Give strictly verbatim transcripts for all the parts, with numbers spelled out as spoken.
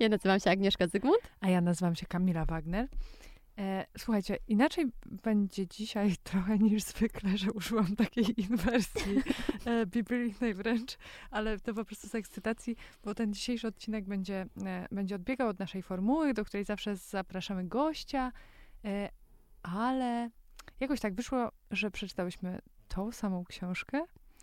Ja nazywam się Agnieszka Zygmunt. A ja nazywam się Kamila Wagner. E, słuchajcie, inaczej będzie dzisiaj trochę niż zwykle, że użyłam takiej inwersji e, biblijnej wręcz, ale to po prostu z ekscytacji, bo ten dzisiejszy odcinek będzie, e, będzie odbiegał od naszej formuły, do której zawsze zapraszamy gościa, e, ale jakoś tak wyszło, że przeczytałyśmy tą samą książkę.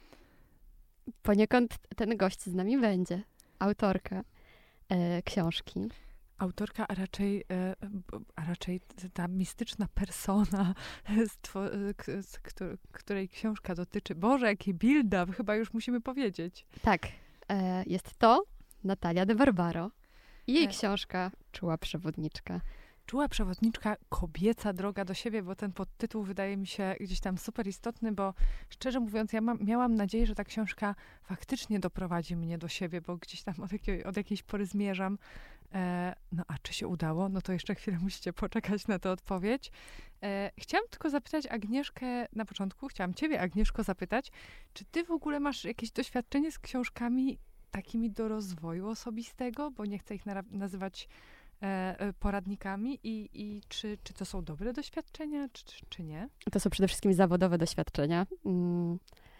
Poniekąd ten gość z nami będzie. Autorka e, książki. Autorka, a raczej, e, a raczej ta mistyczna persona, stwo, k, z której, której książka dotyczy. Boże, jaki build-up, chyba już musimy powiedzieć. Tak, e, jest to Natalia de Barbaro. I jej E. książka Czuła przewodniczka. Czuła przewodniczka, kobieca droga do siebie, bo ten podtytuł wydaje mi się gdzieś tam super istotny, bo szczerze mówiąc, ja mam, miałam nadzieję, że ta książka faktycznie doprowadzi mnie do siebie, bo gdzieś tam od, jakiej, od jakiejś pory zmierzam. E, no a czy się udało? No to jeszcze chwilę musicie poczekać na tę odpowiedź. E, chciałam tylko zapytać Agnieszkę na początku, chciałam ciebie, Agnieszko, zapytać, czy ty w ogóle masz jakieś doświadczenie z książkami takimi do rozwoju osobistego, bo nie chcę ich na, nazywać poradnikami i, i czy, czy to są dobre doświadczenia, czy, czy, czy nie? To są przede wszystkim zawodowe doświadczenia. Mm.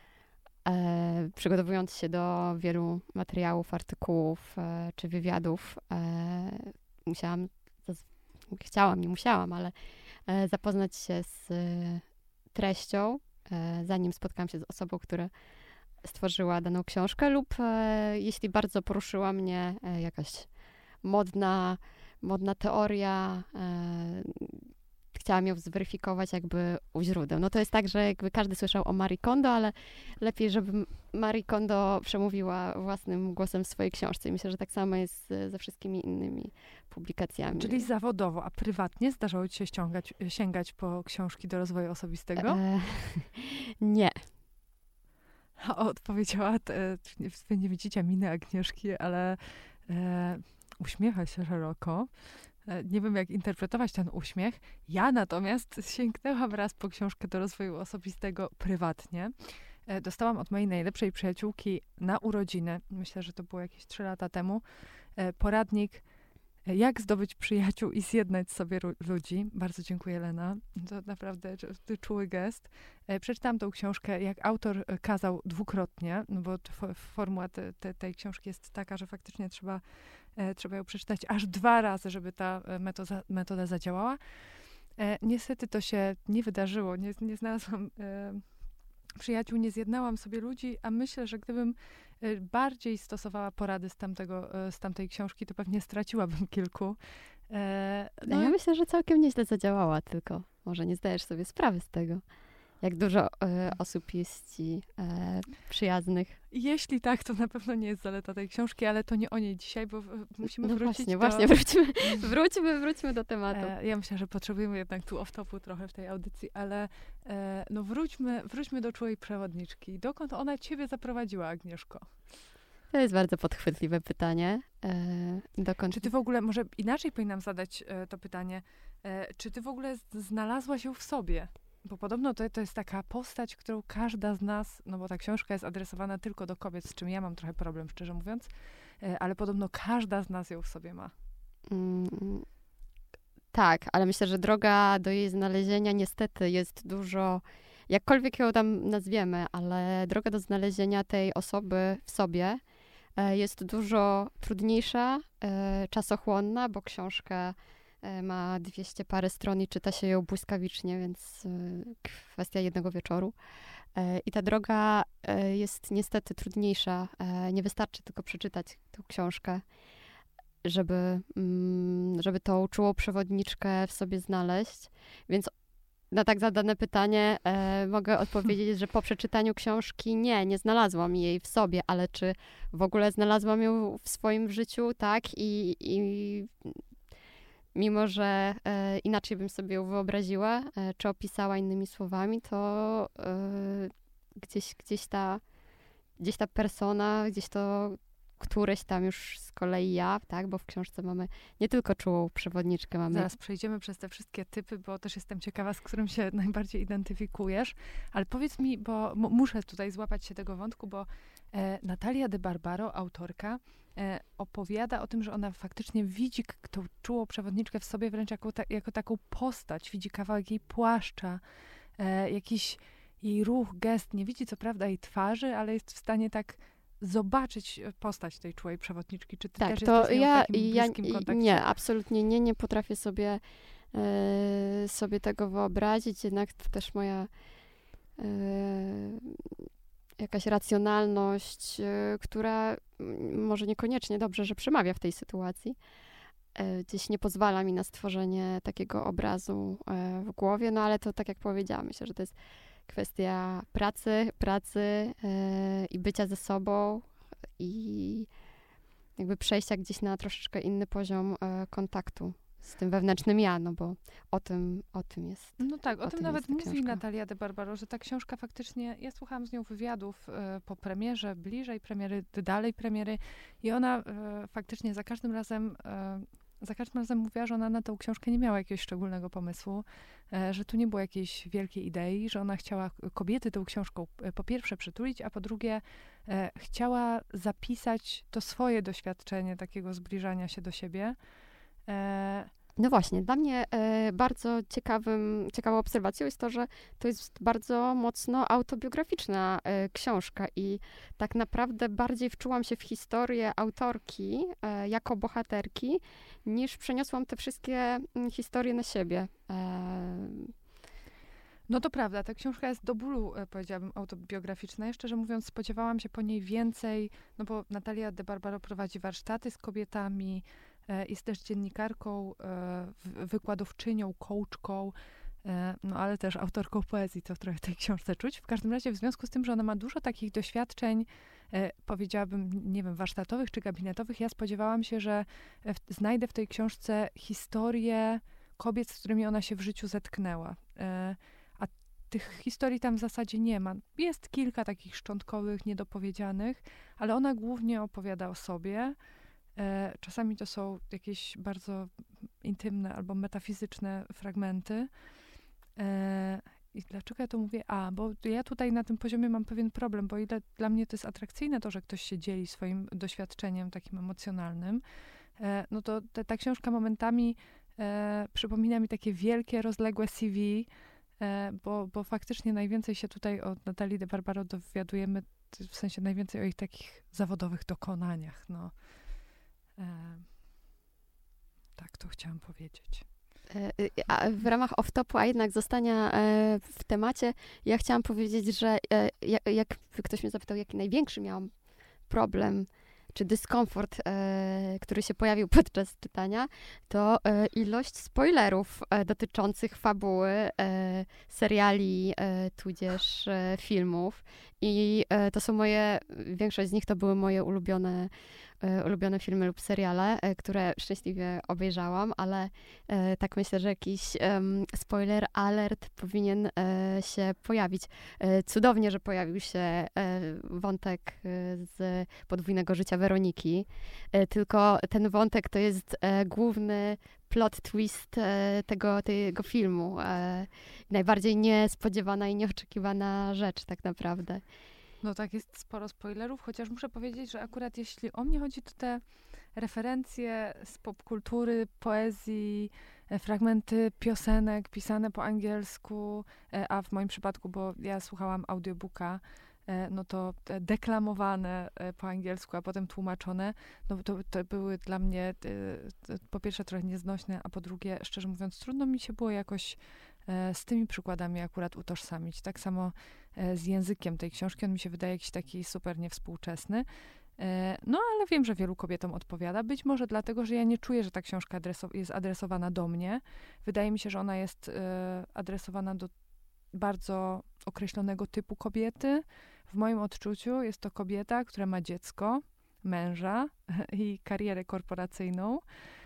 E, przygotowując się do wielu materiałów, artykułów e, czy wywiadów, e, musiałam, zaz- chciałam, nie musiałam, ale e, zapoznać się z e, treścią, e, zanim spotkałam się z osobą, która stworzyła daną książkę lub e, jeśli bardzo poruszyła mnie e, jakaś modna modna teoria, e, chciałam ją zweryfikować jakby u źródeł. No to jest tak, że jakby każdy słyszał o Marie Kondo, ale lepiej, żeby Marie Kondo przemówiła własnym głosem w swojej książce. I myślę, że tak samo jest ze wszystkimi innymi publikacjami. Czyli zawodowo, a prywatnie zdarzało ci się ściągać, sięgać po książki do rozwoju osobistego? E, nie. A odpowiedziała, te, wy nie widzicie miny Agnieszki, ale e, uśmiecha się szeroko. Nie wiem, jak interpretować ten uśmiech. Ja natomiast sięgnęłam raz po książkę do rozwoju osobistego prywatnie. Dostałam od mojej najlepszej przyjaciółki na urodziny, myślę, że to było jakieś trzy lata temu, poradnik Jak zdobyć przyjaciół i zjednać sobie ludzi. Bardzo dziękuję, Lena. To naprawdę czuły gest. Przeczytałam tą książkę, jak autor kazał dwukrotnie, no bo formuła te, te, tej książki jest taka, że faktycznie trzeba, trzeba ją przeczytać aż dwa razy, żeby ta metoda, metoda zadziałała. Niestety to się nie wydarzyło. Nie, nie znalazłam przyjaciół, nie zjednałam sobie ludzi, a myślę, że gdybym bardziej stosowała porady z, tamtego, z tamtej książki, to pewnie straciłabym kilku. No ja myślę, że całkiem nieźle zadziałała, tylko może nie zdajesz sobie sprawy z tego, jak dużo e, osób jest ci e, przyjaznych. Jeśli tak, to na pewno nie jest zaleta tej książki, ale to nie o niej dzisiaj, bo musimy no wrócić właśnie, do... Właśnie, wróćmy, wróćmy, wróćmy do tematu. E, ja myślę, że potrzebujemy jednak tu off-topu trochę w tej audycji, ale e, no wróćmy, wróćmy do czułej przewodniczki. Dokąd ona ciebie zaprowadziła, Agnieszko? To jest bardzo podchwytliwe pytanie. E, dokąd... Czy ty w ogóle, może inaczej powinnam zadać e, to pytanie, e, czy ty w ogóle znalazłaś ją w sobie? Bo podobno to, to jest taka postać, którą każda z nas, no bo ta książka jest adresowana tylko do kobiet, z czym ja mam trochę problem, szczerze mówiąc, e, ale podobno każda z nas ją w sobie ma. Mm, tak, ale myślę, że droga do jej znalezienia niestety jest dużo, jakkolwiek ją tam nazwiemy, ale droga do znalezienia tej osoby w sobie e, jest dużo trudniejsza, e, czasochłonna, bo książka ma dwieście parę stron i czyta się ją błyskawicznie, więc kwestia jednego wieczoru. I ta droga jest niestety trudniejsza. Nie wystarczy tylko przeczytać tę książkę, żeby, żeby tą czułą przewodniczkę w sobie znaleźć. Więc na tak zadane pytanie mogę odpowiedzieć, że po przeczytaniu książki nie, nie znalazłam jej w sobie, ale czy w ogóle znalazłam ją w swoim życiu, tak? I, i mimo, że e, inaczej bym sobie ją wyobraziła, e, czy opisała innymi słowami, to e, gdzieś, gdzieś, ta, gdzieś ta persona, gdzieś to któreś tam już z kolei ja, tak, bo w książce mamy nie tylko czułą przewodniczkę, mamy... Zaraz przejdziemy przez te wszystkie typy, bo też jestem ciekawa, z którym się najbardziej identyfikujesz, ale powiedz mi, bo m- muszę tutaj złapać się tego wątku, bo e, Natalia de Barbaro, autorka, e, opowiada o tym, że ona faktycznie widzi k- tą czułą przewodniczkę w sobie wręcz jako, ta, jako taką postać, widzi kawałek jej płaszcza, e, jakiś jej ruch, gest, nie widzi co prawda jej twarzy, ale jest w stanie tak zobaczyć postać tej czułej przewodniczki. Czy ty Tak, też to jesteś z nią w ja, takim ja bliskim kontakcie? nie, absolutnie nie, nie potrafię sobie, e, sobie tego wyobrazić, jednak to też moja e, jakaś racjonalność, e, która m, może niekoniecznie dobrze, że przemawia w tej sytuacji, e, gdzieś nie pozwala mi na stworzenie takiego obrazu e, w głowie, no ale to tak jak powiedziałam, myślę, że to jest kwestia pracy, pracy e, i bycia ze sobą i jakby przejścia gdzieś na troszeczkę inny poziom e, kontaktu z tym wewnętrznym ja, no bo o tym, o tym jest. No tak, o, o tym tym nawet jest ta mówi książka. Natalia de Barbaro, że ta książka faktycznie, ja słuchałam z nią wywiadów e, po premierze, bliżej premiery, dalej premiery i ona e, faktycznie za każdym razem e, za każdym razem mówiła, że ona na tą książkę nie miała jakiegoś szczególnego pomysłu, e, że tu nie było jakiejś wielkiej idei, że ona chciała kobiety tą książką e, po pierwsze przytulić, a po drugie e, chciała zapisać to swoje doświadczenie takiego zbliżania się do siebie. E, No właśnie, dla mnie e, bardzo ciekawym, ciekawą obserwacją jest to, że to jest bardzo mocno autobiograficzna e, książka i tak naprawdę bardziej wczułam się w historię autorki e, jako bohaterki, niż przeniosłam te wszystkie mm, historie na siebie. E, No to prawda, ta książka jest do bólu, e, powiedziałabym, autobiograficzna. Ja szczerze mówiąc, spodziewałam się po niej więcej, no bo Natalia de Barbaro prowadzi warsztaty z kobietami, e, jest też dziennikarką, e, w- wykładowczynią, coachką, e, no ale też autorką poezji, co trochę w tej książce czuć. W każdym razie w związku z tym, że ona ma dużo takich doświadczeń, e, powiedziałabym, nie wiem, warsztatowych czy gabinetowych, ja spodziewałam się, że e, w, znajdę w tej książce historię kobiet, z którymi ona się w życiu zetknęła. E, Tych historii tam w zasadzie nie ma. Jest kilka takich szczątkowych, niedopowiedzianych, ale ona głównie opowiada o sobie. E, czasami to są jakieś bardzo intymne albo metafizyczne fragmenty. E, I dlaczego ja to mówię? A, bo ja tutaj na tym poziomie mam pewien problem, bo ile dla mnie to jest atrakcyjne to, że ktoś się dzieli swoim doświadczeniem takim emocjonalnym, e, no to te, ta książka momentami e, przypomina mi takie wielkie, rozległe C V, E, bo, bo faktycznie najwięcej się tutaj od Natalii de Barbaro dowiadujemy, t- w sensie najwięcej o ich takich zawodowych dokonaniach, no. E, tak, to chciałam powiedzieć. E, A w ramach off-topu, a jednak zostania e, w temacie, ja chciałam powiedzieć, że e, jak, jak ktoś mnie zapytał, jaki największy miałam problem czy dyskomfort, e, który się pojawił podczas czytania, to e, ilość spoilerów e, dotyczących fabuły, e, seriali, e, tudzież e, filmów. I e, to są moje, większość z nich to były moje ulubione, e, ulubione filmy lub seriale, e, które szczęśliwie obejrzałam, ale e, tak myślę, że jakiś em, spoiler alert powinien e, się pojawić. E, cudownie, że pojawił się e, wątek e, z podwójnego życia Weroniki, e, tylko ten wątek to jest e, główny plot twist e, tego, tego filmu. E, najbardziej niespodziewana i nieoczekiwana rzecz tak naprawdę. No tak, jest sporo spoilerów, chociaż muszę powiedzieć, że akurat jeśli o mnie chodzi, to te referencje z popkultury, poezji, e, fragmenty piosenek pisane po angielsku, e, a w moim przypadku, bo ja słuchałam audiobooka, e, no to te deklamowane e, po angielsku, a potem tłumaczone, no to, to były dla mnie e, t- po pierwsze trochę nieznośne, a po drugie, szczerze mówiąc, trudno mi się było jakoś e, z tymi przykładami akurat utożsamić. Tak samo e, z językiem tej książki, on mi się wydaje jakiś taki super niewspółczesny. E, No, ale wiem, że wielu kobietom odpowiada. Być może dlatego, że ja nie czuję, że ta książka adreso- jest adresowana do mnie. Wydaje mi się, że ona jest e, adresowana do bardzo określonego typu kobiety. W moim odczuciu jest to kobieta, która ma dziecko, męża i karierę korporacyjną.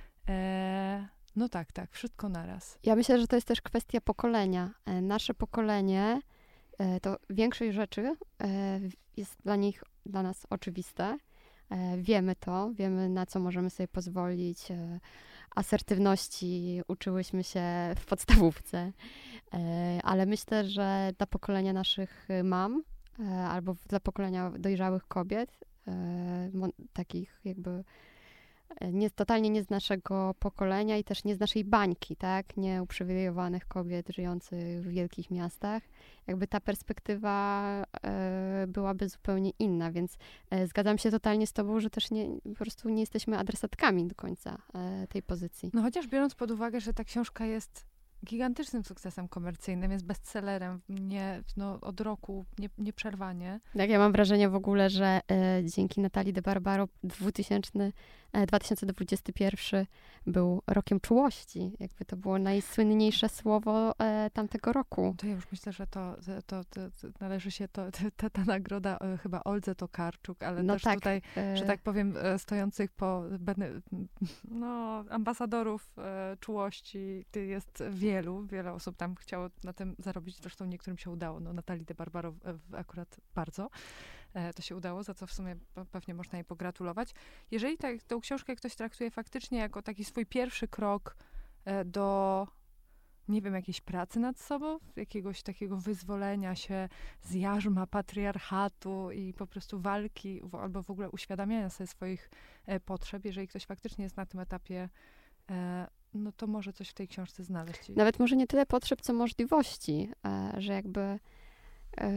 E, No tak, tak, wszystko naraz. Ja myślę, że to jest też kwestia pokolenia. E, Nasze pokolenie, e, to większość rzeczy e, jest dla nich, dla nas oczywiste. E, Wiemy to, wiemy na co możemy sobie pozwolić. E, Asertywności uczyłyśmy się w podstawówce. E, Ale myślę, że dla pokolenia naszych mam, e, albo dla pokolenia dojrzałych kobiet, e, mo- takich jakby nie, totalnie nie z naszego pokolenia i też nie z naszej bańki, tak? Nie uprzywilejowanych kobiet żyjących w wielkich miastach. Jakby ta perspektywa e, byłaby zupełnie inna, więc e, zgadzam się totalnie z tobą, że też nie, po prostu nie jesteśmy adresatkami do końca e, tej pozycji. No chociaż biorąc pod uwagę, że ta książka jest gigantycznym sukcesem komercyjnym, jest bestsellerem nie, no, od roku nie, nieprzerwanie. Tak, ja mam wrażenie w ogóle, że e, dzięki Natalii de Barbaro dwutysięczny, e, dwa tysiące dwudziesty pierwszy był rokiem czułości. Jakby to było najsłynniejsze słowo e, tamtego roku. To ja już myślę, że to, to, to, to należy się to, ta, ta nagroda e, chyba Oldze Tokarczuk, ale No też tak, tutaj, e, że tak powiem, e, stojących po bene, no, ambasadorów e, czułości jest wielu, wiele osób tam chciało na tym zarobić, zresztą niektórym się udało, no Natalii de Barbaro e, akurat bardzo. E, to się udało, za co w sumie pewnie można jej pogratulować. Jeżeli tak, tą książkę ktoś traktuje faktycznie jako taki swój pierwszy krok e, do, nie wiem, jakiejś pracy nad sobą, jakiegoś takiego wyzwolenia się z jarzma patriarchatu i po prostu walki, w, albo w ogóle uświadamiania sobie swoich e, potrzeb, jeżeli ktoś faktycznie jest na tym etapie, e, no to może coś w tej książce znaleźć. Nawet może nie tyle potrzeb, co możliwości, e, że jakby e,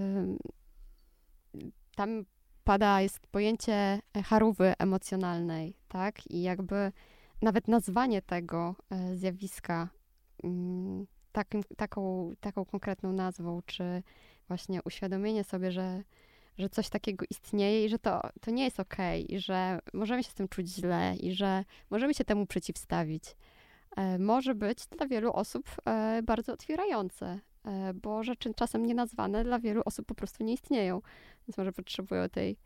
tam pada, jest pojęcie charówy emocjonalnej, tak? I jakby nawet nazwanie tego e, zjawiska mm, takim, taką, taką konkretną nazwą, czy właśnie uświadomienie sobie, że, że coś takiego istnieje i że to, to nie jest okej, i że możemy się z tym czuć źle i że możemy się temu przeciwstawić, e, może być dla wielu osób e, bardzo otwierające, e, bo rzeczy czasem nienazwane dla wielu osób po prostu nie istnieją, więc może potrzebują tej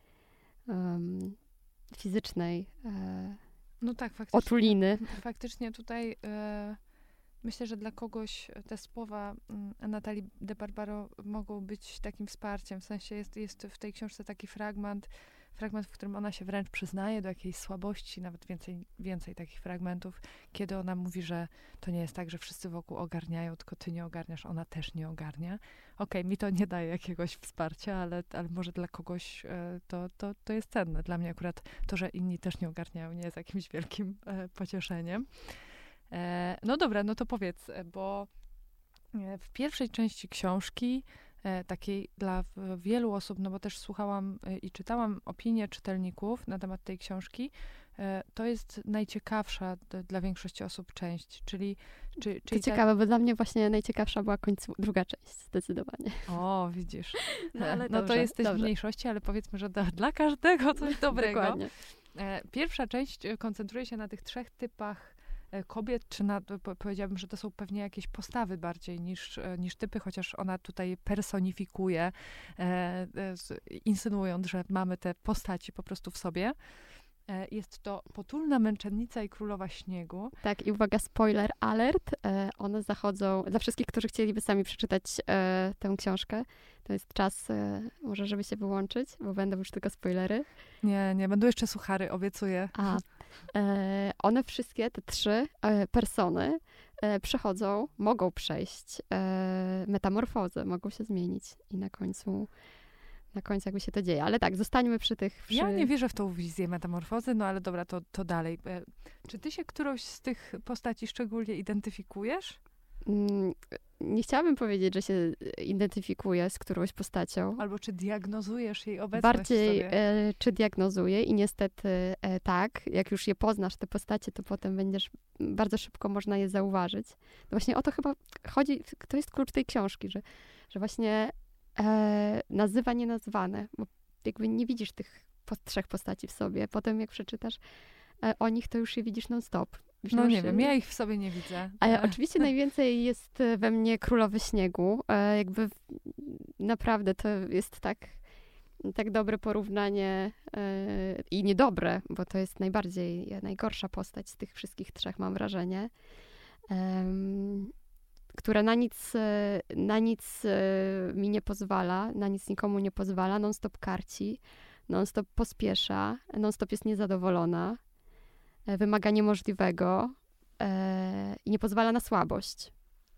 um, fizycznej e, No tak, faktycznie. otuliny. Faktycznie tutaj e, myślę, że dla kogoś te słowa m, Natalii de Barbaro mogą być takim wsparciem. W sensie jest, jest w tej książce taki fragment, fragment, w którym ona się wręcz przyznaje do jakiejś słabości, nawet więcej, więcej takich fragmentów, kiedy ona mówi, że to nie jest tak, że wszyscy wokół ogarniają, tylko ty nie ogarniasz, ona też nie ogarnia. Okej, mi to nie daje jakiegoś wsparcia, ale, ale może dla kogoś e, to, to, to jest cenne. Dla mnie akurat to, że inni też nie ogarniają, nie jest jakimś wielkim e, pocieszeniem. E, no dobra, no to powiedz, bo e, w pierwszej części książki, e, takiej dla w, wielu osób, no bo też słuchałam e, i czytałam opinie czytelników na temat tej książki, e, to jest najciekawsza d, dla większości osób część, czyli... Czy, czyli to ciekawe, bo dla mnie właśnie najciekawsza była końcu, druga część, zdecydowanie. O, widzisz. No, ale no dobrze, to jesteś dobrze. w mniejszości, ale powiedzmy, że da, dla każdego coś dobrego. Dokładnie. E, pierwsza część koncentruje się na tych trzech typach kobiet, czy na, po, powiedziałabym, że to są pewnie jakieś postawy bardziej niż, niż typy, chociaż ona tutaj personifikuje, e, e, insynuując, że mamy te postaci po prostu w sobie. E, jest to Potulna Męczennica i Królowa Śniegu. Tak, i uwaga, spoiler alert, e, one zachodzą, dla wszystkich, którzy chcieliby sami przeczytać e, tę książkę, to jest czas e, może, żeby się wyłączyć, bo będą już tylko spoilery. Nie, nie, będą jeszcze suchary, obiecuję. A, e, one wszystkie, te trzy e, persony e, przechodzą, mogą przejść e, metamorfozę, mogą się zmienić i na końcu na końcu jakby się to dzieje. Ale tak, zostańmy przy tych... Przy... Ja nie wierzę w tą wizję metamorfozy, no ale dobra, to, to dalej. E, czy ty się którąś z tych postaci szczególnie identyfikujesz? Mm, nie chciałabym powiedzieć, że się identyfikuję z którąś postacią. Albo czy diagnozujesz jej obecność Bardziej w sobie? e, czy diagnozuję i niestety e, tak, jak już je poznasz, te postacie, to potem będziesz, bardzo szybko można je zauważyć. No właśnie o to chyba chodzi, to jest klucz tej książki, że, że właśnie e, nazywa nienazwane, bo jakby nie widzisz tych po, trzech postaci w sobie. Potem jak przeczytasz e, o nich, to już je widzisz non-stop. Już No już nie się... wiem, ja ich w sobie nie widzę. Ale oczywiście najwięcej jest we mnie Królowy Śniegu. E, jakby naprawdę to jest tak, tak dobre porównanie e, i niedobre, bo to jest najbardziej, najgorsza postać z tych wszystkich trzech, mam wrażenie. E, która na nic, na nic mi nie pozwala, na nic nikomu nie pozwala, non-stop karci, non-stop pospiesza, non-stop jest niezadowolona, wymaga niemożliwego e, i nie pozwala na słabość.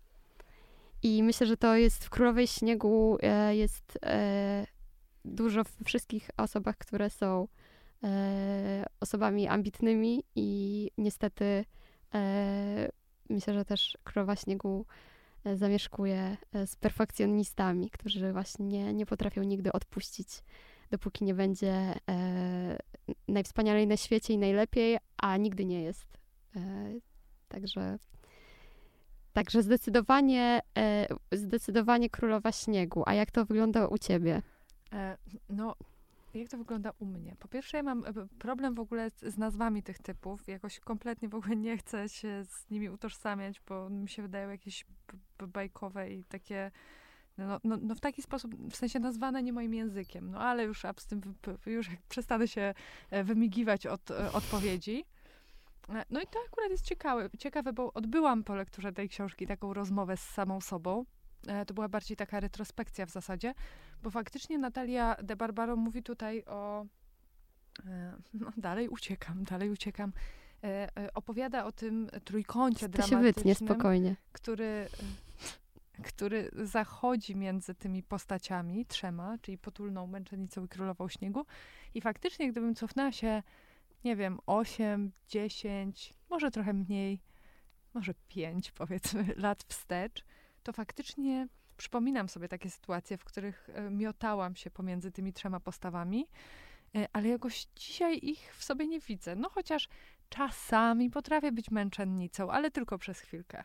I myślę, że to jest w Królowej Śniegu e, jest e, dużo w wszystkich osobach, które są e, osobami ambitnymi i niestety e, myślę, że też Królowa Śniegu e, zamieszkuje e, z perfekcjonistami, którzy właśnie nie, nie potrafią nigdy odpuścić, dopóki nie będzie e, najwspanialej na świecie i najlepiej, a nigdy nie jest. E, także, także zdecydowanie, e, zdecydowanie Królowa Śniegu. A jak to wygląda u ciebie? E, no, jak to wygląda u mnie? Po pierwsze, ja mam problem w ogóle z, z nazwami tych typów. Jakoś kompletnie w ogóle nie chcę się z nimi utożsamiać, bo mi się wydają jakieś b- b- bajkowe i takie, no, no, no w taki sposób, w sensie nazwane nie moim językiem. No ale już ab z tym, już jak przestanę się wymigiwać od e, odpowiedzi. No i to akurat jest ciekawe, ciekawe, bo odbyłam po lekturze tej książki taką rozmowę z samą sobą. To była bardziej taka retrospekcja w zasadzie, bo faktycznie Natalia de Barbaro mówi tutaj o... No dalej uciekam, dalej uciekam. Opowiada o tym trójkącie to dramatycznym, się wytnie spokojnie. Który, który zachodzi między tymi postaciami, trzema, czyli Potulną, Męczennicą i Królową Śniegu. I faktycznie, gdybym cofnęła się, nie wiem, osiem, dziesięć, może trochę mniej, może pięć, powiedzmy, lat wstecz, to faktycznie przypominam sobie takie sytuacje, w których e, miotałam się pomiędzy tymi trzema postawami, e, ale jakoś dzisiaj ich w sobie nie widzę. No chociaż czasami potrafię być męczennicą, ale tylko przez chwilkę.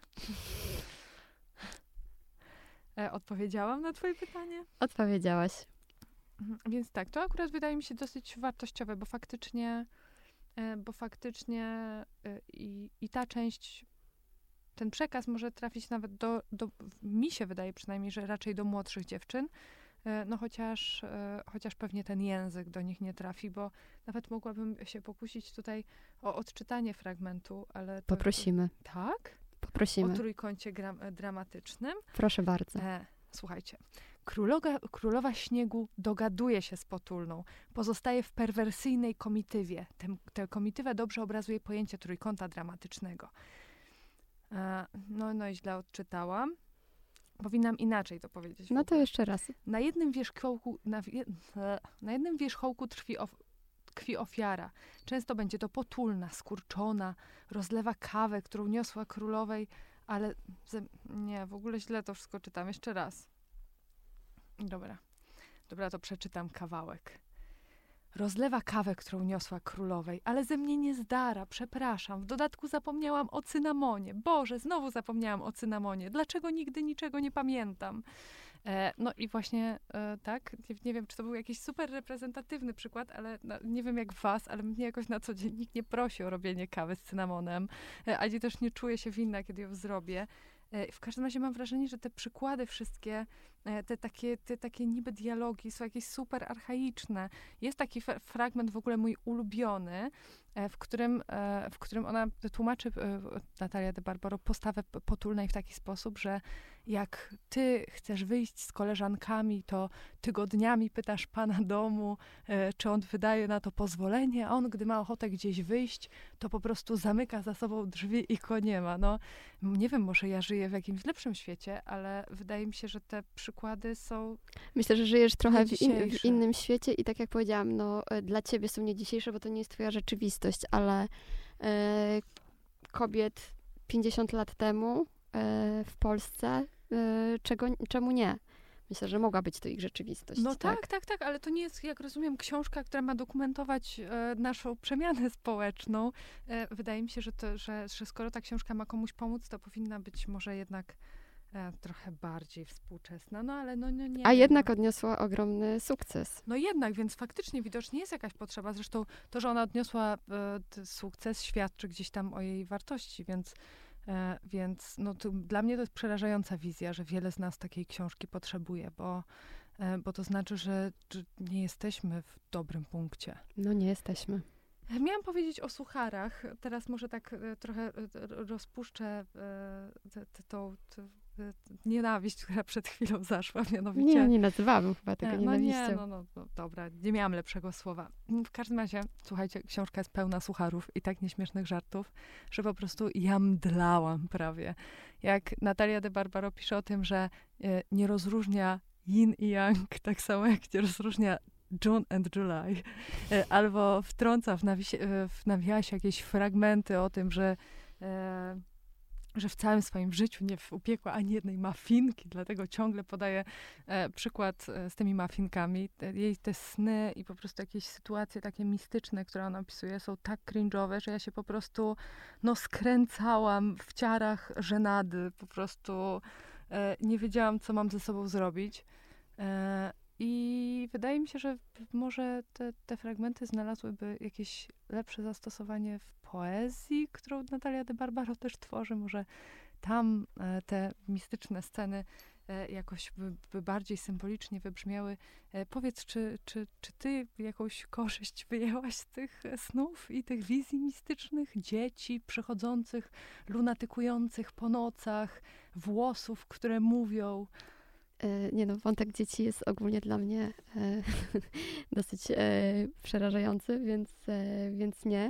E, odpowiedziałam na twoje pytanie? Odpowiedziałaś. Mhm. Więc tak, to akurat wydaje mi się dosyć wartościowe, bo faktycznie, e, bo faktycznie e, i, i ta część, ten przekaz może trafić nawet do, do, mi się wydaje przynajmniej, że raczej do młodszych dziewczyn, e, no chociaż, e, chociaż pewnie ten język do nich nie trafi, bo nawet mogłabym się pokusić tutaj o odczytanie fragmentu, ale... To, Poprosimy. To, tak? Poprosimy. O trójkącie gram, dramatycznym. Proszę bardzo. E, słuchajcie. Królowa, Królowa Śniegu dogaduje się z Potulną. Pozostaje w perwersyjnej komitywie. Tę, tę komitywę dobrze obrazuje pojęcie trójkąta dramatycznego. E, no, no i źle odczytałam. Powinnam inaczej to powiedzieć. No to jeszcze raz. Na jednym wierzchołku, na, na jednym wierzchołku trwi of, tkwi ofiara. Często będzie to Potulna, skurczona, rozlewa kawę, którą niosła królowej, ale ze, nie, w ogóle źle to wszystko czytam. Jeszcze raz. Dobra. Dobra, to przeczytam kawałek. Rozlewa kawę, którą niosła królowej, ale ze mnie nie zdara, przepraszam. W dodatku zapomniałam o cynamonie. Boże, znowu zapomniałam o cynamonie. Dlaczego nigdy niczego nie pamiętam? E, no i właśnie e, tak, nie, nie wiem, czy to był jakiś super reprezentatywny przykład, ale no, nie wiem jak was, ale mnie jakoś na co dzień nikt nie prosi o robienie kawy z cynamonem, e, ani też nie czuję się winna, kiedy ją zrobię. E, w każdym razie mam wrażenie, że te przykłady wszystkie, e, te takie, te takie niby dialogi są jakieś super archaiczne. Jest taki f- fragment w ogóle mój ulubiony, e, w którym, e, w którym ona tłumaczy, e, Natalia de Barbaro, postawę Potulnej w taki sposób, że jak ty chcesz wyjść z koleżankami, to tygodniami pytasz pana domu, e, czy on wydaje na to pozwolenie, a on, gdy ma ochotę gdzieś wyjść, to po prostu zamyka za sobą drzwi i go nie ma. No, nie wiem, może ja żyję w jakimś lepszym świecie, ale wydaje mi się, że te przykłady są... Myślę, że żyjesz trochę w, in, w innym świecie i tak jak powiedziałam, no dla ciebie są nie dzisiejsze, bo to nie jest twoja rzeczywistość, ale e, kobiet pięćdziesiąt lat temu e, w Polsce, e, czego, czemu nie? Myślę, że mogła być to ich rzeczywistość. No tak, tak, tak, tak, ale to nie jest, jak rozumiem, książka, która ma dokumentować e, naszą przemianę społeczną. E, wydaje mi się, że, to, że, że skoro ta książka ma komuś pomóc, to powinna być może jednak e, trochę bardziej współczesna. No ale no, no nie. A wiem, jednak no. odniosła ogromny sukces. No jednak, więc faktycznie widocznie jest jakaś potrzeba. Zresztą to, że ona odniosła e, t- sukces, świadczy gdzieś tam o jej wartości, więc E, więc no, to, dla mnie to jest przerażająca wizja, że wiele z nas takiej książki potrzebuje, bo, e, bo to znaczy, że, że nie jesteśmy w dobrym punkcie. No nie jesteśmy. Miałam powiedzieć o sucharach. Teraz może tak e, trochę e, rozpuszczę e, tą nienawiść, która przed chwilą zaszła, mianowicie... Nie, nie nazywałabym chyba tego no nienawiścią. Nie, no, no, no dobra, nie miałam lepszego słowa. W każdym razie, słuchajcie, książka jest pełna sucharów i tak nieśmiesznych żartów, że po prostu ja mdlałam prawie. Jak Natalia de Barbaro pisze o tym, że e, nie rozróżnia yin i yang, tak samo jak nie rozróżnia June and July. E, albo wtrąca w, nawisie, w nawiasie jakieś fragmenty o tym, że e, że w całym swoim życiu nie upiekła ani jednej muffinki, dlatego ciągle podaję e, przykład e, z tymi muffinkami. Te, jej te sny i po prostu jakieś sytuacje takie mistyczne, które ona opisuje, są tak cringe'owe, że ja się po prostu no skręcałam w ciarach żenady. Po prostu e, nie wiedziałam, co mam ze sobą zrobić. E, I wydaje mi się, że może te, te fragmenty znalazłyby jakieś lepsze zastosowanie w poezji, którą Natalia de Barbaro też tworzy. Może tam e, te mistyczne sceny e, jakoś by, by bardziej symbolicznie wybrzmiały. E, powiedz, czy, czy, czy ty jakąś korzyść wyjęłaś z tych snów i tych wizji mistycznych? Dzieci przychodzących, lunatykujących po nocach, włosów, które mówią. Nie no, wątek dzieci jest ogólnie dla mnie e, dosyć e, przerażający, więc, e, więc nie.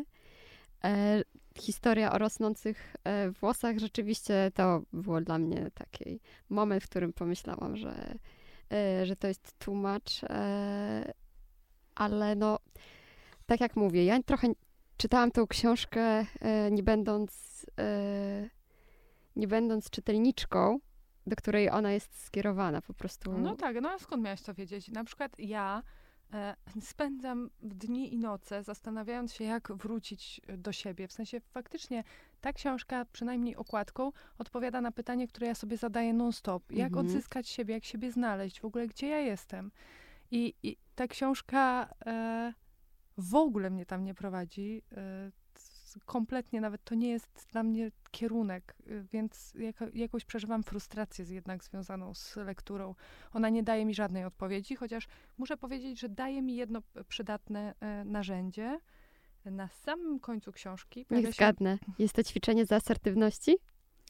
E, historia o rosnących e, włosach rzeczywiście to było dla mnie taki moment, w którym pomyślałam, że, e, że to jest too much, e, ale no, tak jak mówię, ja trochę czytałam tą książkę e, nie będąc e, nie będąc czytelniczką, do której ona jest skierowana po prostu. No tak, no a skąd miałaś to wiedzieć? Na przykład ja e, spędzam dni i noce zastanawiając się, jak wrócić do siebie. W sensie faktycznie ta książka, przynajmniej okładką, odpowiada na pytanie, które ja sobie zadaję non-stop. Jak Mhm. odzyskać siebie, jak siebie znaleźć, w ogóle gdzie ja jestem. I, i ta książka e, w ogóle mnie tam nie prowadzi. E, kompletnie nawet to nie jest dla mnie kierunek, więc jako, jakoś przeżywam frustrację z, jednak związaną z lekturą. Ona nie daje mi żadnej odpowiedzi, chociaż muszę powiedzieć, że daje mi jedno przydatne e, narzędzie. Na samym końcu książki Niech się... zgadnę. Jest to ćwiczenie z asertywności?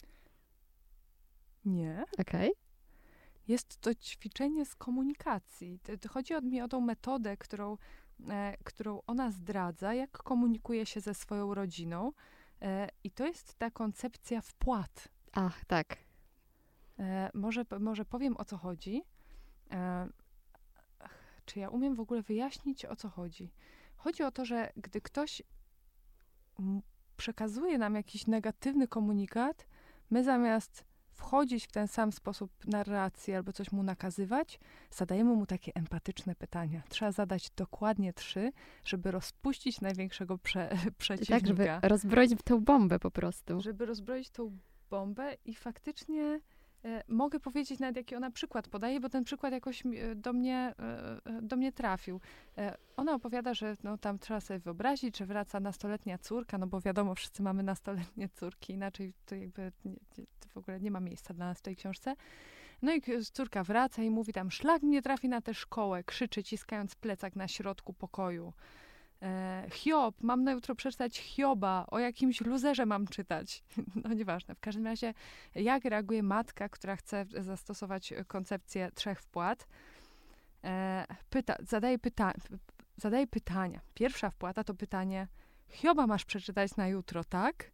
Nie. Okej. Okay. Jest to ćwiczenie z komunikacji. To, to chodzi o, mi o tą metodę, którą E, którą ona zdradza, jak komunikuje się ze swoją rodziną. E, I to jest ta koncepcja wpłat. Ach, tak. E, może, może powiem, o co chodzi. E, czy ja umiem w ogóle wyjaśnić, o co chodzi? Chodzi o to, że gdy ktoś m- przekazuje nam jakiś negatywny komunikat, my zamiast wchodzić w ten sam sposób narracji albo coś mu nakazywać, zadajemy mu takie empatyczne pytania. Trzeba zadać dokładnie trzy, żeby rozpuścić największego prze, przeciwnika. Tak, żeby rozbroić tę bombę po prostu. Żeby rozbroić tą bombę i faktycznie e, mogę powiedzieć nawet, jaki ona przykład podaje, bo ten przykład jakoś do mnie, e, do mnie trafił. E, ona opowiada, że no, tam trzeba sobie wyobrazić, że wraca nastoletnia córka, no bo wiadomo, wszyscy mamy nastoletnie córki, inaczej to jakby nie, nie, to w ogóle nie ma miejsca dla nas w tej książce. No i córka wraca i mówi tam, szlak mnie trafi na tę szkołę, krzyczy, ciskając plecak na środku pokoju. E, Hiob, mam na jutro przeczytać Hioba, o jakimś luzerze mam czytać. No nieważne. W każdym razie, jak reaguje matka, która chce zastosować koncepcję trzech wpłat? E, pyta, zadaje, pyta, zadaje pytania. Pierwsza wpłata to pytanie, Hioba masz przeczytać na jutro, tak?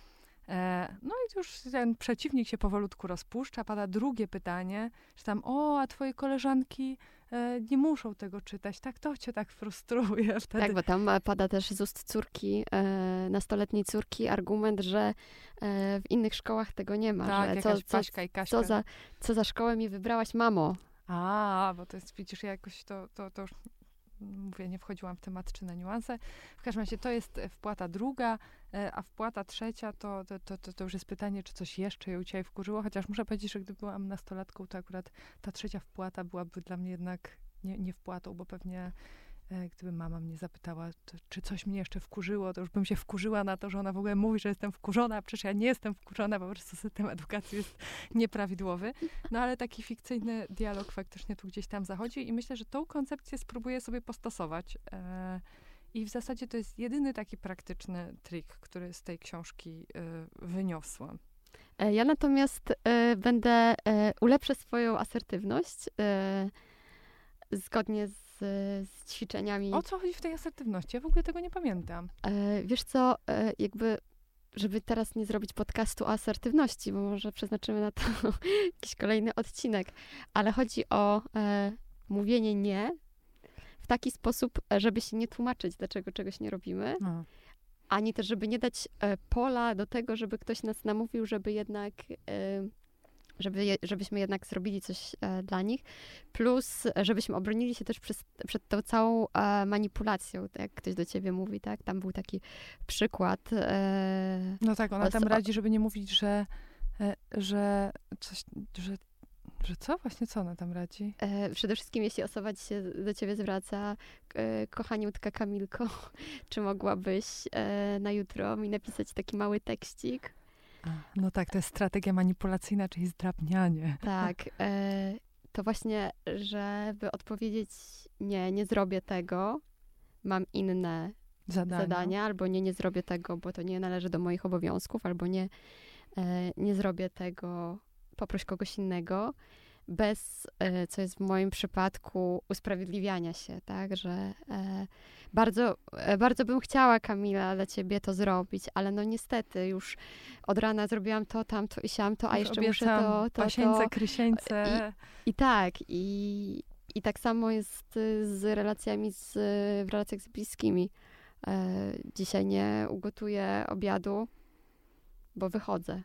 E, no i już ten przeciwnik się powolutku rozpuszcza. Pada drugie pytanie, że tam, o, a twoje koleżanki e, nie muszą tego czytać. Tak, to cię tak frustruje wtedy. Tak, bo tam pada też z ust córki, e, nastoletniej córki argument, że e, w innych szkołach tego nie ma. Tak, że jakaś co, Paśka i Kaśka. Co za, co za szkołę mi wybrałaś, mamo? A, bo to jest, widzisz, ja jakoś to, to, to już mówię, nie wchodziłam w tematyczne niuanse. W każdym razie to jest wpłata druga, a wpłata trzecia to, to, to, to, to już jest pytanie, czy coś jeszcze ją dzisiaj wkurzyło, chociaż muszę powiedzieć, że gdy byłam nastolatką, to akurat ta trzecia wpłata byłaby dla mnie jednak nie, nie wpłatą, bo pewnie e, gdyby mama mnie zapytała, to, czy coś mnie jeszcze wkurzyło, to już bym się wkurzyła na to, że ona w ogóle mówi, że jestem wkurzona, a przecież ja nie jestem wkurzona, po prostu system edukacji jest nieprawidłowy. No ale taki fikcyjny dialog faktycznie tu gdzieś tam zachodzi i myślę, że tą koncepcję spróbuję sobie postosować. E, I w zasadzie to jest jedyny taki praktyczny trik, który z tej książki y, wyniosłam. Ja natomiast y, będę, y, ulepszę swoją asertywność y, zgodnie z, z ćwiczeniami. O co chodzi w tej asertywności? Ja w ogóle tego nie pamiętam. Y, wiesz co, y, jakby, żeby teraz nie zrobić podcastu o asertywności, bo może przeznaczymy na to jakiś kolejny odcinek, ale chodzi o y, mówienie nie taki sposób, żeby się nie tłumaczyć, dlaczego czegoś nie robimy, No. ani też, żeby nie dać e, pola do tego, żeby ktoś nas namówił, żeby jednak, e, żeby je, żebyśmy jednak zrobili coś e, dla nich. Plus, e, żebyśmy obronili się też przez, przed tą całą e, manipulacją, tak jak ktoś do ciebie mówi, tak? Tam był taki przykład. E, No tak, ona os- tam o- radzi, żeby nie mówić, że, e, że coś, że, że co? Właśnie co ona tam radzi? E, przede wszystkim, jeśli osoba ci się do ciebie zwraca, e, kochaniutka Kamilko, czy mogłabyś e, na jutro mi napisać taki mały tekstik? A, no tak, to jest strategia manipulacyjna, czyli zdrabnianie. Tak, e, to właśnie, żeby odpowiedzieć nie, nie zrobię tego, mam inne Zadania. zadania, albo nie, nie zrobię tego, bo to nie należy do moich obowiązków, albo nie, e, nie zrobię tego, poproś kogoś innego, bez, e, co jest w moim przypadku, usprawiedliwiania się, tak, że e, bardzo, e, bardzo bym chciała, Kamila, dla ciebie to zrobić, ale no niestety już od rana zrobiłam to, tamto i siamto, a Już jeszcze muszę obiecam to, to, pasieńce, to. krysieńce. I tak, i, i tak samo jest y, z relacjami z, w relacjach z bliskimi. E, dzisiaj nie ugotuję obiadu, bo wychodzę.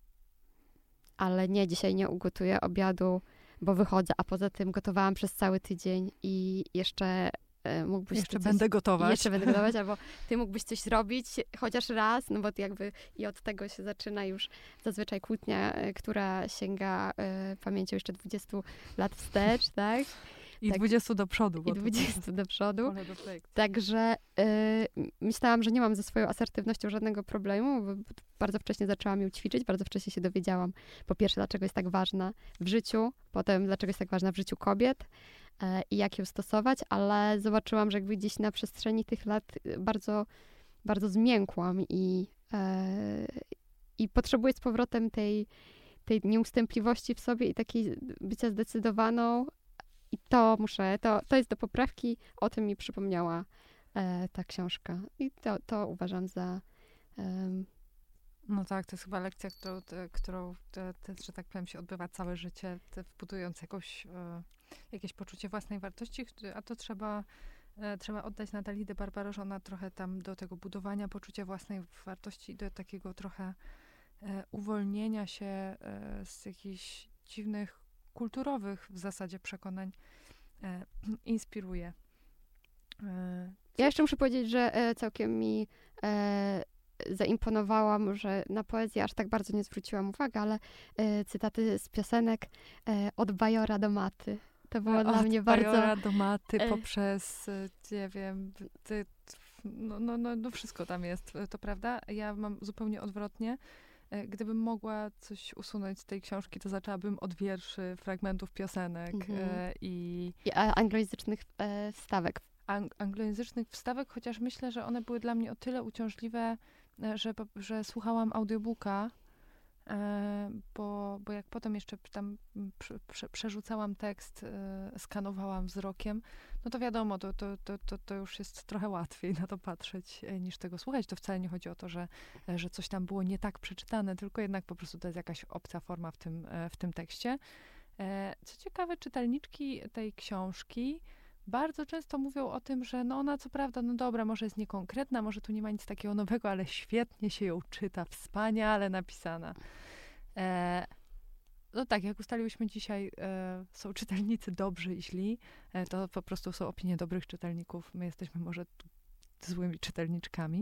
Ale nie, dzisiaj nie ugotuję obiadu, bo wychodzę, a poza tym gotowałam przez cały tydzień i jeszcze e, mógłbyś Jeszcze ty będę coś, gotować. Jeszcze będę gotować, albo ty mógłbyś coś zrobić chociaż raz, no bo jakby i od tego się zaczyna już zazwyczaj kłótnia, e, która sięga e, pamięcią jeszcze dwudziestu lat wstecz, tak? I tak. dwudziestu do przodu. I bo to dwudziestu do przodu. pole do projekcji. Także y, myślałam, że nie mam ze swoją asertywnością żadnego problemu, bo bardzo wcześnie zaczęłam ją ćwiczyć, bardzo wcześnie się dowiedziałam, po pierwsze, dlaczego jest tak ważna w życiu, potem, dlaczego jest tak ważna w życiu kobiet y, i jak ją stosować, ale zobaczyłam, że jakby gdzieś na przestrzeni tych lat y, bardzo, bardzo zmiękłam i, y, i potrzebuję z powrotem tej, tej nieustępliwości w sobie i takiej bycia zdecydowaną. I to muszę, to, to jest do poprawki, o tym mi przypomniała e, ta książka. I to, to uważam za... Um, No tak, to jest chyba lekcja, którą, te, którą te, te, że tak powiem, się odbywa całe życie, te, budując jakąś, e, jakieś poczucie własnej wartości, a to trzeba, e, trzeba oddać Natalii de Barbaro, że ona trochę tam do tego budowania poczucia własnej wartości, do takiego trochę e, uwolnienia się e, z jakichś dziwnych, kulturowych w zasadzie przekonań e, inspiruje. E, ja jeszcze muszę powiedzieć, że e, całkiem mi e, zaimponowała, może na poezję aż tak bardzo nie zwróciłam uwagi, ale e, cytaty z piosenek e, od Bajora do Maty. To było Od dla mnie bardzo... Bajora do Maty e, poprzez, e, nie wiem, ty, no, no, no, no wszystko tam jest, to prawda? Ja mam zupełnie odwrotnie. E, Gdybym mogła coś usunąć z tej książki, to zaczęłabym od wierszy, fragmentów piosenek Mhm. e, i i a- anglojęzycznych e, wstawek. ang- anglojęzycznych wstawek, chociaż myślę, że one były dla mnie o tyle uciążliwe, e, że, po- że słuchałam audiobooka, e, bo, bo jak potem jeszcze tam mm, prze, prze, przerzucałam tekst, e, skanowałam wzrokiem, no to wiadomo, to, to, to, to, to już jest trochę łatwiej na to patrzeć, e, niż tego słuchać. To wcale nie chodzi o to, że, e, że coś tam było nie tak przeczytane, tylko jednak po prostu to jest jakaś obca forma w tym, e, w tym tekście. E, Co ciekawe, czytelniczki tej książki bardzo często mówią o tym, że no ona co prawda, no dobra, może jest niekonkretna, może tu nie ma nic takiego nowego, ale świetnie się ją czyta, wspaniale napisana. E, no tak, jak ustaliłyśmy dzisiaj, e, są czytelnicy dobrzy i źli, e, to po prostu są opinie dobrych czytelników. My jesteśmy może tu złymi czytelniczkami,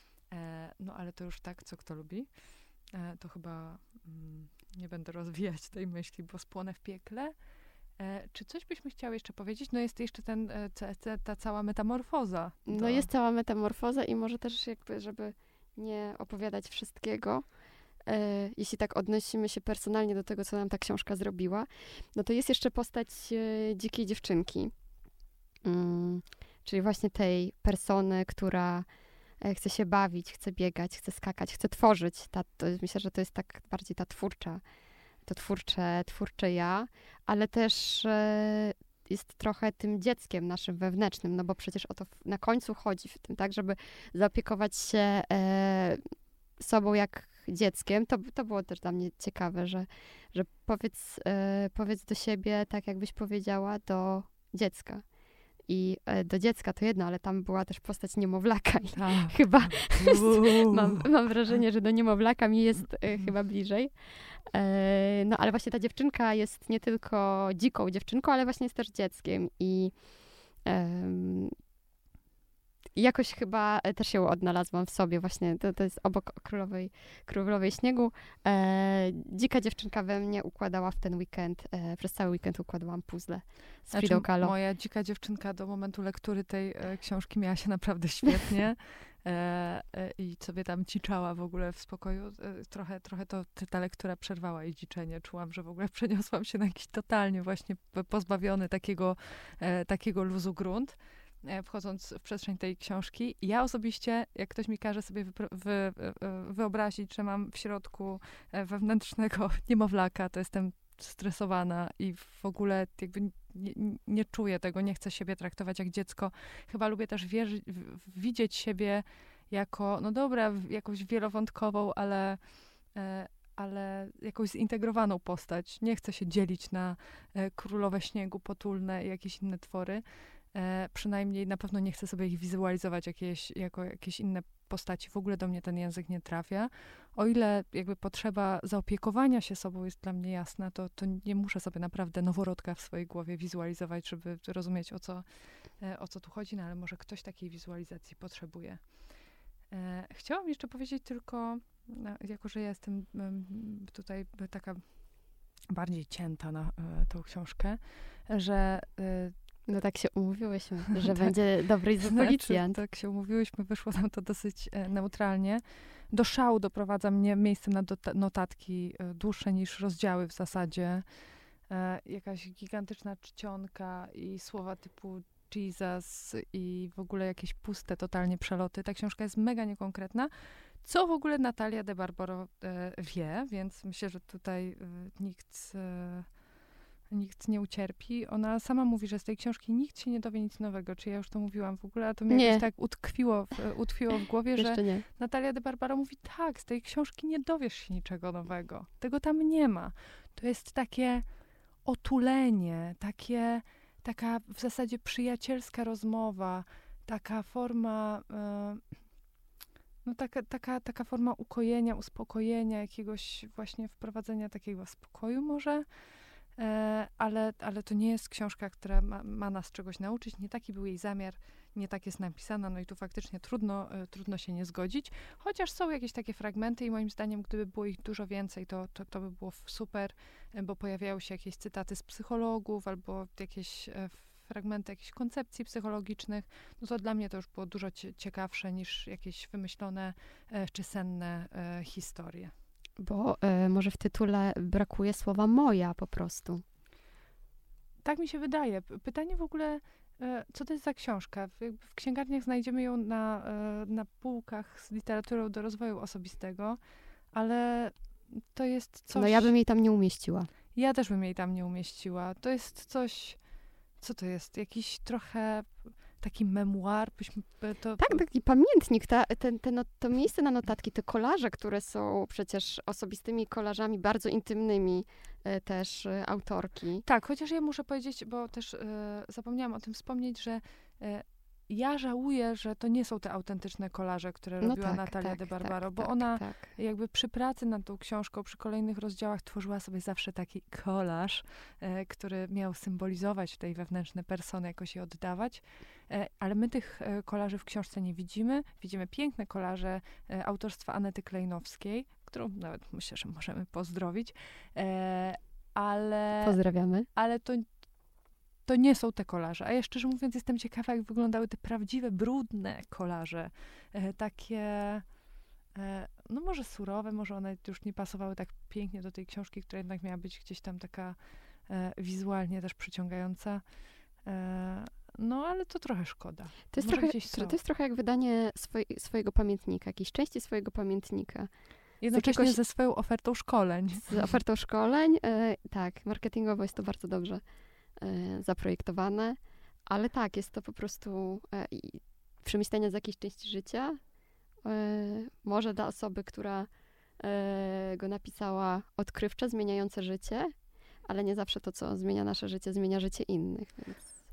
e, no ale to już tak, co kto lubi. E, to chyba mm, nie będę rozwijać tej myśli, bo spłonę w piekle. E, czy coś byśmy chciały jeszcze powiedzieć? No jest jeszcze ten, e, ta, ta, ta cała metamorfoza. No Do- jest cała metamorfoza i może też jakby, żeby nie opowiadać wszystkiego, e, jeśli tak odnosimy się personalnie do tego, co nam ta książka zrobiła, no to jest jeszcze postać e, dzikiej dziewczynki. Mm, czyli właśnie tej persony, która e, chce się bawić, chce biegać, chce skakać, chce tworzyć. Ta, to, jest- myślę, że to jest tak bardziej ta twórcza, to twórcze, twórcze ja, ale też e, jest trochę tym dzieckiem naszym wewnętrznym, no bo przecież o to w, na końcu chodzi w tym, tak, żeby zaopiekować się e, sobą jak dzieckiem. To, to było też dla mnie ciekawe, że, że powiedz, e, powiedz do siebie tak, jakbyś powiedziała do dziecka. I e, do dziecka to jedno, ale tam była też postać niemowlaka i Tak. chyba mam, mam wrażenie, że do niemowlaka mi jest e, chyba bliżej. E, no ale właśnie ta dziewczynka jest nie tylko dziką dziewczynką, ale właśnie jest też dzieckiem i em, jakoś chyba też się odnalazłam w sobie właśnie, to, to jest obok Królowej, Królowej Śniegu. E, dzika dziewczynka we mnie układała w ten weekend, e, przez cały weekend układałam puzzle z Fridą Znaczy, Kahlo. moja dzika dziewczynka do momentu lektury tej e, książki miała się naprawdę świetnie e, e, i sobie tam ciczała w ogóle w spokoju. E, trochę, trochę to ta lektura przerwała jej dziczenie. Czułam, że w ogóle przeniosłam się na jakiś totalnie właśnie pozbawiony takiego, e, takiego luzu grunt, wchodząc w przestrzeń tej książki. Ja osobiście, jak ktoś mi każe sobie wypro- wy, wyobrazić, że mam w środku wewnętrznego niemowlaka, to jestem stresowana i w ogóle jakby nie, nie czuję tego, nie chcę siebie traktować jak dziecko. Chyba lubię też wierzy- widzieć siebie jako, no dobra, jakąś wielowątkową, ale, ale jakąś zintegrowaną postać. Nie chcę się dzielić na Królowe Śniegu, Potulne i jakieś inne twory. E, przynajmniej na pewno nie chcę sobie ich wizualizować jakieś, jako jakieś inne postaci. W ogóle do mnie ten język nie trafia. O ile jakby potrzeba zaopiekowania się sobą jest dla mnie jasna, to, to nie muszę sobie naprawdę noworodka w swojej głowie wizualizować, żeby rozumieć, o co, e, o co tu chodzi, no ale może ktoś takiej wizualizacji potrzebuje. E, chciałam jeszcze powiedzieć tylko, no, jako że ja jestem m, tutaj taka bardziej cięta na e, tą książkę, że e, No tak się umówiłyśmy, że tak. będzie dobry z policjant. Znaczy, tak się umówiłyśmy, wyszło nam to dosyć e, neutralnie. Do szału doprowadza mnie miejsce na dota- notatki e, dłuższe niż rozdziały w zasadzie. E, jakaś gigantyczna czcionka i słowa typu Jesus i w ogóle jakieś puste totalnie przeloty. Ta książka jest mega niekonkretna, co w ogóle Natalia de Barbaro e, wie, więc myślę, że tutaj e, nikt... E, Nikt nie ucierpi. Ona sama mówi, że z tej książki nikt się nie dowie nic nowego. Czy ja już to mówiłam w ogóle? A to mnie Nie. jakoś tak utkwiło w, utkwiło w głowie, że Jeszcze nie. Natalia de Barbaro mówi, tak, z tej książki nie dowiesz się niczego nowego. Tego tam nie ma. To jest takie otulenie, takie, taka w zasadzie przyjacielska rozmowa, taka forma... Yy, no taka, taka, taka forma ukojenia, uspokojenia, jakiegoś właśnie wprowadzenia takiego spokoju może. E, ale, ale to nie jest książka, która ma, ma nas czegoś nauczyć. Nie taki był jej zamiar, nie tak jest napisana, no i tu faktycznie trudno, e, trudno się nie zgodzić. Chociaż są jakieś takie fragmenty i moim zdaniem, gdyby było ich dużo więcej, to, to, to by było super, e, bo pojawiały się jakieś cytaty z psychologów albo jakieś e, fragmenty jakichś koncepcji psychologicznych, no to dla mnie to już było dużo cie, ciekawsze niż jakieś wymyślone e, czy senne e, historie. Bo e, może w tytule brakuje słowa moja po prostu. Tak mi się wydaje. Pytanie w ogóle, e, co to jest za książka? W, w księgarniach znajdziemy ją na, e, na półkach z literaturą do rozwoju osobistego, ale to jest coś... No ja bym jej tam nie umieściła. Ja też bym jej tam nie umieściła. To jest coś... Co to jest? Jakiś trochę taki memuar? Byśmy to... Tak, taki pamiętnik. Ta, ten, ten, no, to miejsce na notatki, te kolaże, które są przecież osobistymi kolażami, bardzo intymnymi e, też e, autorki. Tak, chociaż ja muszę powiedzieć, bo też e, zapomniałam o tym wspomnieć, że e, ja żałuję, że to nie są te autentyczne kolaże, które No robiła tak, Natalia tak, de Barbaro, tak, bo tak, ona tak. jakby przy pracy nad tą książką, przy kolejnych rozdziałach tworzyła sobie zawsze taki kolaż, e, który miał symbolizować tej wewnętrzne persony, jakoś je oddawać, e, ale my tych e, kolaży w książce nie widzimy. Widzimy piękne kolaże e, autorstwa Anety Klejnowskiej, którą nawet myślę, że możemy pozdrowić, e, ale... Pozdrawiamy. Ale to To nie są te kolaże. A ja szczerze mówiąc jestem ciekawa, jak wyglądały te prawdziwe, brudne kolaże. E, takie, e, no może surowe, może one już nie pasowały tak pięknie do tej książki, która jednak miała być gdzieś tam taka e, wizualnie też przyciągająca. E, no ale to trochę szkoda. To jest, Może trochę, gdzieś są. to jest trochę jak wydanie swoj, swojego pamiętnika, jakiejś części swojego pamiętnika. Jednocześnie jakiegoś- ze swoją ofertą szkoleń. Z ofertą szkoleń. E, tak, marketingowo jest to bardzo dobrze e, zaprojektowane, ale tak, jest to po prostu e, i przemyślenie z jakiejś części życia. E, może dla osoby, która e, go napisała, odkrywcze, zmieniające życie, ale nie zawsze to, co zmienia nasze życie, zmienia życie innych. Więc...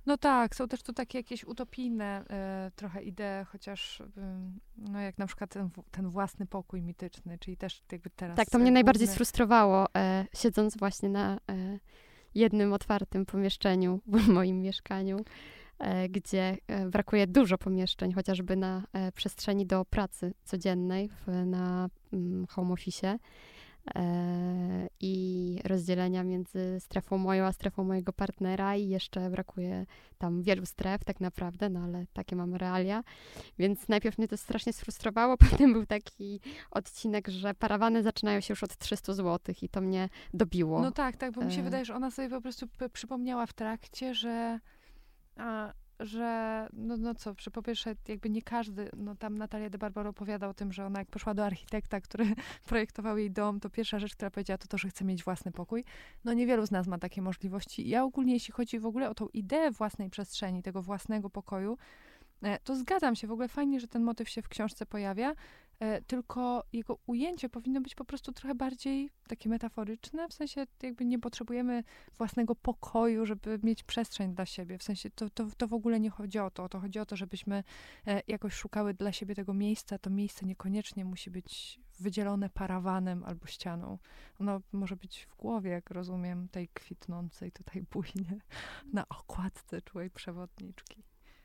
No tak, są też tu takie jakieś utopijne e, trochę idee, chociaż e, no jak na przykład ten, ten własny pokój mityczny, czyli też jakby teraz... Tak, to mnie najbardziej główny... sfrustrowało, e, siedząc właśnie na e, jednym otwartym pomieszczeniu w moim mieszkaniu, e, gdzie e, brakuje dużo pomieszczeń, chociażby na e, przestrzeni do pracy codziennej w, na mm, home office. E, i rozdzielenia między strefą moją a strefą mojego partnera i jeszcze brakuje tam wielu stref tak naprawdę, no ale takie mamy realia. Więc najpierw mnie to strasznie sfrustrowało, potem był taki odcinek, że parawany zaczynają się już od trzysta złotych i to mnie dobiło. No tak, tak, bo mi się E... wydaje, że ona sobie po prostu p- przypomniała w trakcie, że a, że, no, no co, że po pierwsze jakby nie każdy, no tam Natalia de Barbaro opowiada o tym, że ona jak poszła do architekta, który projektował jej dom, to pierwsza rzecz, która powiedziała, to to, że chce mieć własny pokój. No niewielu z nas ma takie możliwości. Ja ogólnie, jeśli chodzi w ogóle o tą ideę własnej przestrzeni, tego własnego pokoju, to zgadzam się, w ogóle fajnie, że ten motyw się w książce pojawia, tylko jego ujęcie powinno być po prostu trochę bardziej takie metaforyczne, w sensie jakby nie potrzebujemy własnego pokoju, żeby mieć przestrzeń dla siebie, w sensie to, to, to w ogóle nie chodzi o to, to chodzi o to, żebyśmy jakoś szukały dla siebie tego miejsca, to miejsce niekoniecznie musi być wydzielone parawanem albo ścianą. Ono może być w głowie, jak rozumiem, tej kwitnącej tutaj bujnie na okładce czułej przewodniczki.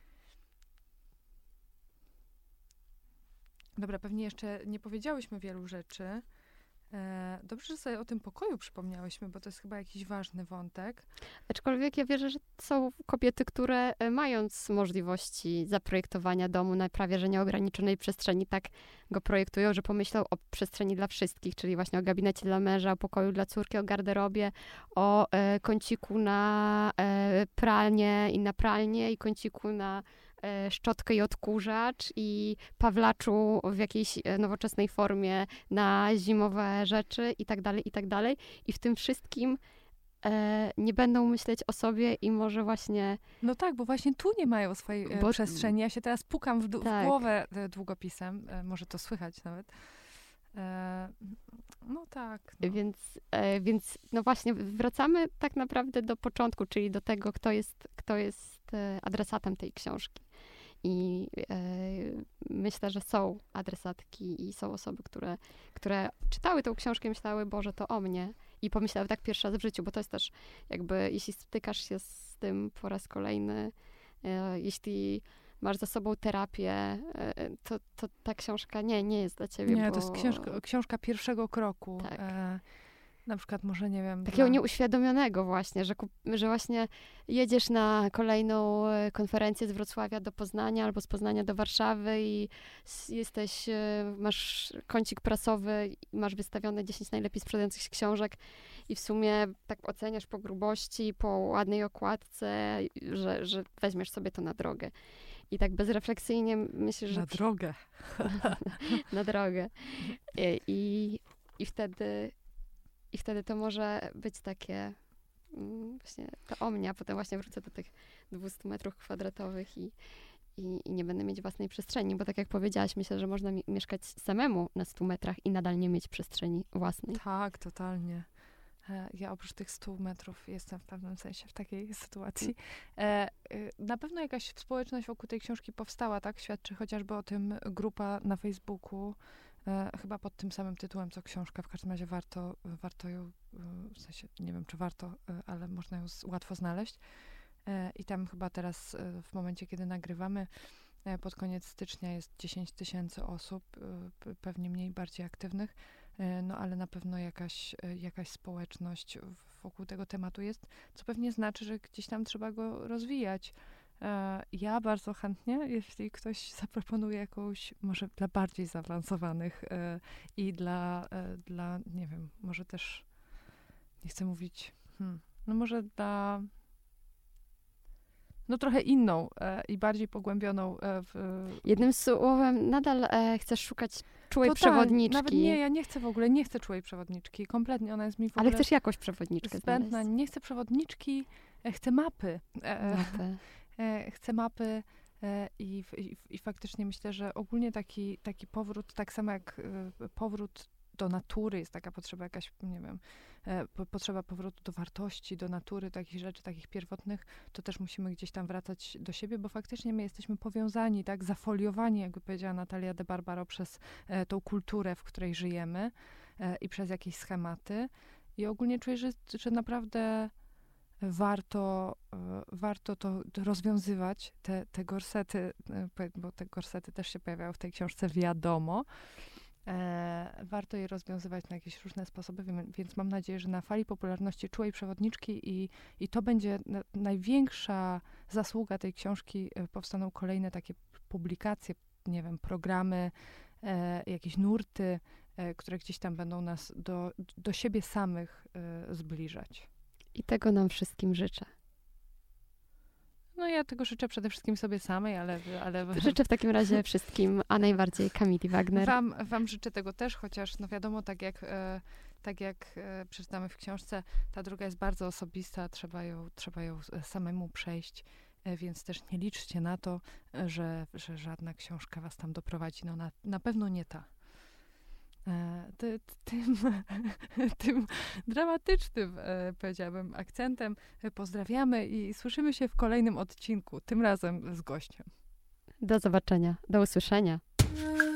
Dobra, pewnie jeszcze nie powiedziałyśmy wielu rzeczy. E, dobrze, że sobie o tym pokoju przypomniałyśmy, bo to jest chyba jakiś ważny wątek. Aczkolwiek ja wierzę, że są kobiety, które mając możliwości zaprojektowania domu na prawie że nieograniczonej przestrzeni, tak go projektują, że pomyślą o przestrzeni dla wszystkich, czyli właśnie o gabinecie dla męża, o pokoju dla córki, o garderobie, o e, kąciku na e, pralnię i na pralnię i kąciku na szczotkę i odkurzacz i pawlaczu w jakiejś nowoczesnej formie na zimowe rzeczy i tak dalej, i tak dalej. I w tym wszystkim e, nie będą myśleć o sobie i może właśnie... No tak, bo właśnie tu nie mają swojej bo... przestrzeni. Ja się teraz pukam w, d- tak. w głowę długopisem. E, może to słychać nawet. E, no tak. No. Więc, e, więc no właśnie wracamy tak naprawdę do początku, czyli do tego, kto jest, kto jest adresatem tej książki. I e, myślę, że są adresatki i są osoby, które, które czytały tę książkę i myślały, Boże, to o mnie. I pomyślały tak pierwszy raz w życiu, bo to jest też jakby, jeśli stykasz się z tym po raz kolejny, e, jeśli masz za sobą terapię, e, to, to ta książka nie, nie jest dla ciebie. Nie, bo... to jest książka, książka pierwszego kroku. Tak. E, na przykład może, nie wiem... Takiego dla... nieuświadomionego właśnie, że, kup, że właśnie jedziesz na kolejną konferencję z Wrocławia do Poznania albo z Poznania do Warszawy i jesteś, masz kącik prasowy i masz wystawione dziesięć najlepiej sprzedających się książek i w sumie tak oceniasz po grubości, po ładnej okładce, że, że weźmiesz sobie to na drogę. I tak bezrefleksyjnie myślę, że... Na drogę. na, na drogę. I, i, i wtedy... I wtedy to może być takie, mm, właśnie to o mnie, a potem właśnie wrócę do tych dwustu metrów kwadratowych i, i, i nie będę mieć własnej przestrzeni, bo tak jak powiedziałaś, myślę, że można mi- mieszkać samemu na stu metrach i nadal nie mieć przestrzeni własnej. Tak, totalnie. Ja oprócz tych stu metrów jestem w pewnym sensie w takiej sytuacji. E, na pewno jakaś społeczność wokół tej książki powstała, tak? Świadczy chociażby o tym grupa na Facebooku, e, chyba pod tym samym tytułem, co książka. W każdym razie warto, warto ją, w sensie nie wiem, czy warto, ale można ją z, łatwo znaleźć. E, I tam chyba teraz, w momencie, kiedy nagrywamy, pod koniec stycznia jest dziesięć tysięcy osób, pewnie mniej, bardziej aktywnych. No ale na pewno jakaś, jakaś społeczność wokół tego tematu jest, co pewnie znaczy, że gdzieś tam trzeba go rozwijać. Ja bardzo chętnie, jeśli ktoś zaproponuje jakąś, może dla bardziej zaawansowanych i dla, dla nie wiem, może też, nie chcę mówić, hmm, no może dla... No trochę inną e, i bardziej pogłębioną. E, w... Jednym słowem, nadal e, chcesz szukać czułej Total, przewodniczki. Nawet nie, ja nie chcę w ogóle, nie chcę czułej przewodniczki. Kompletnie, ona jest mi w ogóle... Ale chcesz jakąś przewodniczkę zbędna. znaleźć. Nie chcę przewodniczki, e, chcę mapy. E, mapy. E, chcę mapy e, i, i, i faktycznie myślę, że ogólnie taki, taki powrót, tak samo jak e, powrót do natury, jest taka potrzeba jakaś, nie wiem, e, po, potrzeba powrotu do wartości, do natury, takich rzeczy, takich pierwotnych, to też musimy gdzieś tam wracać do siebie, bo faktycznie my jesteśmy powiązani, tak, zafoliowani, jakby powiedziała Natalia de Barbaro, przez e, tą kulturę, w której żyjemy e, i przez jakieś schematy. I ogólnie czuję, że, że naprawdę warto, e, warto to rozwiązywać, te, te gorsety, e, bo te gorsety też się pojawiają w tej książce, wiadomo. E, warto je rozwiązywać na jakieś różne sposoby, więc mam nadzieję, że na fali popularności Czułej Przewodniczki i, i to będzie na, największa zasługa tej książki, e, powstaną kolejne takie publikacje, nie wiem, programy, e, jakieś nurty, e, które gdzieś tam będą nas do, do siebie samych e, zbliżać. I tego nam wszystkim życzę. No ja tego życzę przede wszystkim sobie samej, ale... ale... Życzę w takim razie wszystkim, a najbardziej Kamili Wagner. Wam, wam życzę tego też, chociaż no wiadomo, tak jak, e, tak jak e, przeczytamy w książce, ta droga jest bardzo osobista, trzeba ją, trzeba ją samemu przejść, e, więc też nie liczcie na to, że, że żadna książka was tam doprowadzi. No na, na pewno nie ta. E, ty, tym, tym dramatycznym, e, powiedziałabym, akcentem pozdrawiamy i słyszymy się w kolejnym odcinku, tym razem z gościem. Do zobaczenia, do usłyszenia.